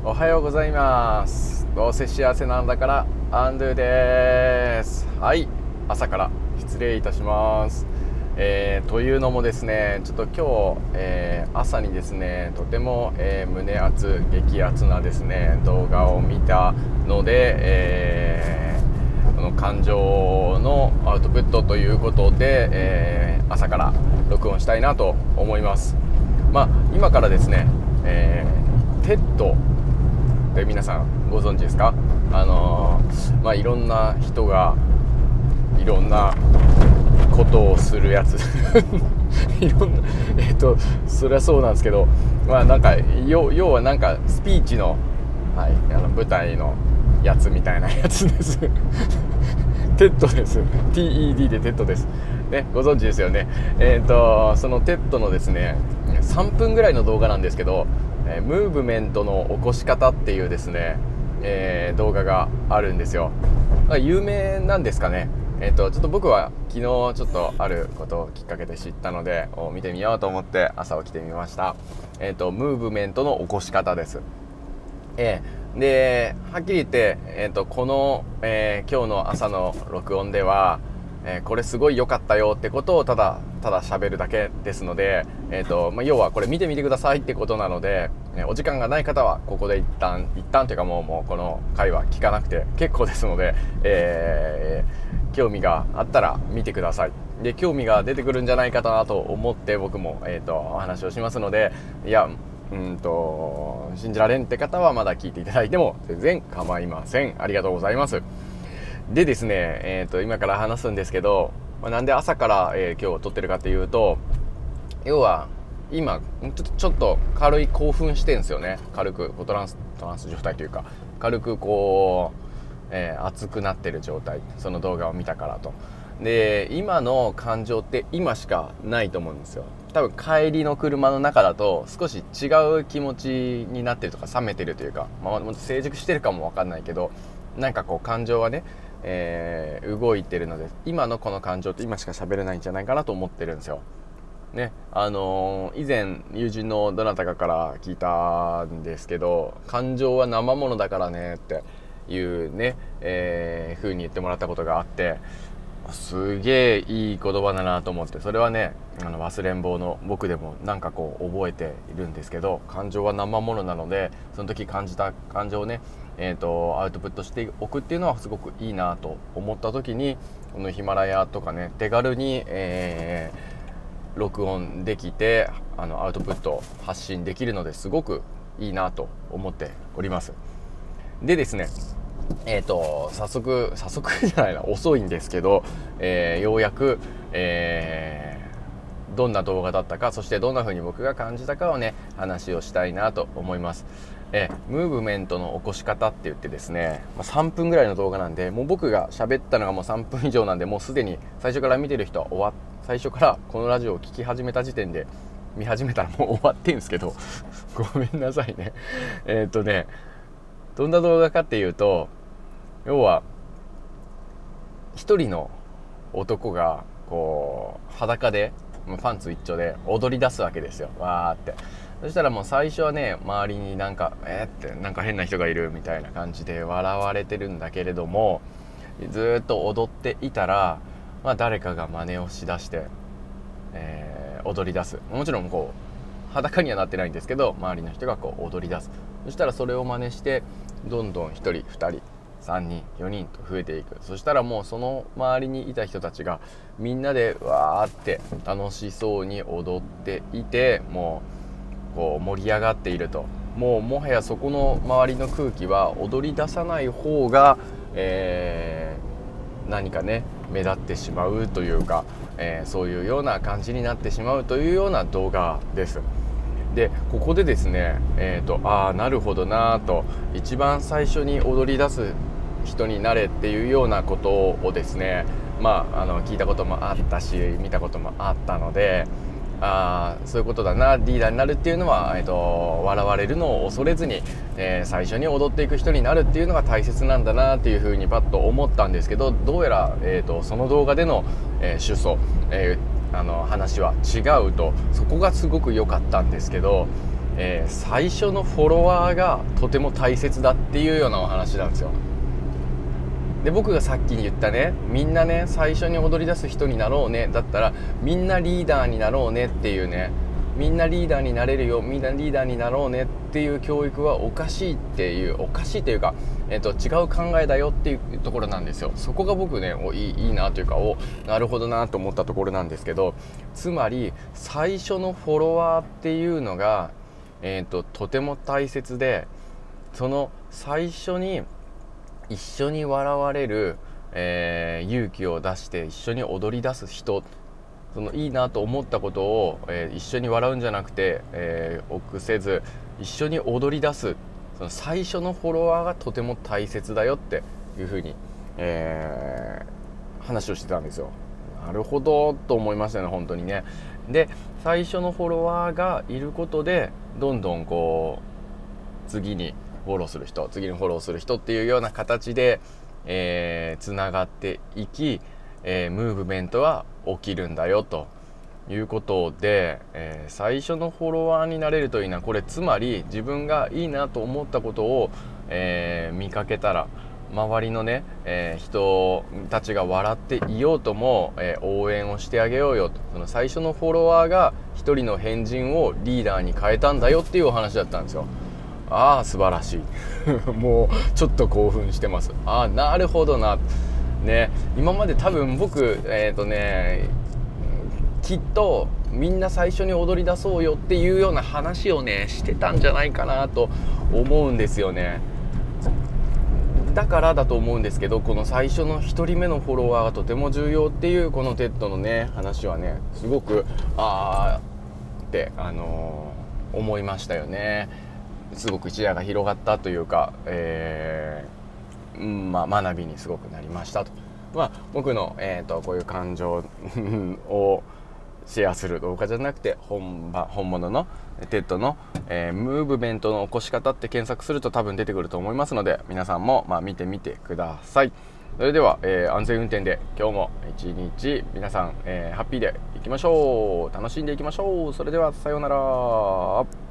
おはようございます。どうせ幸せなんだからアンドゥです。はい、朝から失礼いたします。というのもですね、ちょっと今日、朝にですねとても、胸熱激熱なですね動画を見たので、この感情のアウトプットということで、朝から録音したいなと思います。今からですね、テッドで皆さんご存知ですか？いろんな人がいろんなことをするやついろんなそれはそうなんですけど、なんか要はなんかスピーチの、舞台のやつみたいなやつですテッドです。 TED でテッドですね、ご存知ですよね。そのテッドのですね3分ぐらいの動画なんですけど、ムーブメントの起こし方っていうですね、動画があるんですよ。有名なんですかね。ちょっと僕は昨日ちょっとあることをきっかけで知ったので見てみようと思って朝起きてみました。ムーブメントの起こし方です。ではっきり言って、この、今日の朝の録音ではこれすごい良かったよってことをただ喋るだけですので、要はこれ見てみてくださいってことなので、お時間がない方はここで一旦というかもうこの回は聞かなくて結構ですので、興味があったら見てください。で興味が出てくるんじゃないかなと思って僕も、お話をしますので、信じられんって方はまだ聞いていただいても全然構いません。ありがとうございます。でですね、今から話すんですけど、なんで朝から、今日撮ってるかというと、要は今ちょっと軽い興奮してんですよね。軽くトランス状態というか軽く熱くなってる状態、その動画を見たからと。で今の感情って今しかないと思うんですよ。多分帰りの車の中だと少し違う気持ちになってるとか冷めてるというか、もっと成熟してるかも分かんないけど、なんか感情はね、動いてるので今のこの感情って今しか喋れないんじゃないかなと思ってるんですよね。以前友人のどなたかから聞いたんですけど、感情は生ものだからねっていうね、風に言ってもらったことがあって、すげえいい言葉だなと思って、それはね忘れん坊の僕でもなんか覚えているんですけど、感情は生ものなのでその時感じた感情をね、アウトプットしておくっていうのはすごくいいなと思った時に、このヒマラヤとかね手軽に、録音できてアウトプット発信できるのですごくいいなと思っております。でですね、早速じゃないな、遅いんですけど、ようやく、どんな動画だったか、そしてどんな風に僕が感じたかをね話をしたいなと思います。ムーブメントの起こし方って言ってですね、3分ぐらいの動画なんで、もう僕が喋ったのがもう3分以上なんで、もうすでに最初から見てる人は最初からこのラジオを聞き始めた時点で見始めたらもう終わってんですけどごめんなさいね。どんな動画かっていうと、要は一人の男が裸でパンツ一丁で踊り出すわけですよ、わーって。そしたらもう最初はね周りになんかってなんか変な人がいるみたいな感じで笑われてるんだけれども、ずっと踊っていたら、誰かが真似をしだして、踊り出す。もちろん裸にはなってないんですけど、周りの人が踊り出す。そしたらそれを真似してどんどん1人2人3人4人と増えていく。そしたらもうその周りにいた人たちがみんなでわーって楽しそうに踊っていて、もう盛り上がっていると。もはやそこの周りの空気は踊り出さない方が、何かね目立ってしまうというか、そういうような感じになってしまうというような動画です。でここでですね、なるほどなと、一番最初に踊り出す人になれっていうようなことをですね、聞いたこともあったし見たこともあったので、そういうことだな、リーダーになるっていうのは、笑われるのを恐れずに、最初に踊っていく人になるっていうのが大切なんだなっていうふうにパッと思ったんですけど、どうやら、その動画での、主訴、話は違うと。そこがすごく良かったんですけど、 最初のフォロワーがとても大切だっていうようなお話なんですよ。で僕がさっき言ったね、みんなね最初に踊り出す人になろうねだったら、みんなリーダーになろうねっていうね、みんなリーダーになれるよ、みんなリーダーになろうねっていう教育はおかしいというか、違う考えだよっていうところなんですよ。そこが僕ねいいなというか、なるほどなと思ったところなんですけど、つまり最初のフォロワーっていうのが、とても大切で、その最初に一緒に笑われる、勇気を出して一緒に踊り出す人、そのいいなと思ったことを、一緒に笑うんじゃなくて、臆せず一緒に踊り出す、その最初のフォロワーがとても大切だよっていうふうに、話をしてたんですよ。なるほどと思いましたね、本当にね。で最初のフォロワーがいることで、どんどんこう次にフォローする人、次にフォローする人っていうような形で、つながっていき、ムーブメントは起きるんだよということで、最初のフォロワーになれるといいな。これつまり自分がいいなと思ったことを、見かけたら周りのね、人たちが笑っていようとも、応援をしてあげようよと。その最初のフォロワーが一人の変人をリーダーに変えたんだよっていうお話だったんですよ。ああ素晴らしいもうちょっと興奮してます。ああなるほどなね。今まで多分僕きっとみんな最初に踊り出そうよっていうような話をねしてたんじゃないかなと思うんですよね。だからだと思うんですけど、この最初の1人目のフォロワーがとても重要っていうこのテッドのね話はね、すごくって思いましたよね。すごく視野が広がったというか、学びにすごくなりましたと。僕の、こういう感情をシェアする動画じゃなくて、本物のテッドの、ムーブメントの起こし方って検索すると多分出てくると思いますので、皆さんも、見てみてください。それでは、安全運転で今日も一日皆さん、ハッピーでいきましょう。楽しんでいきましょう。それではさようなら。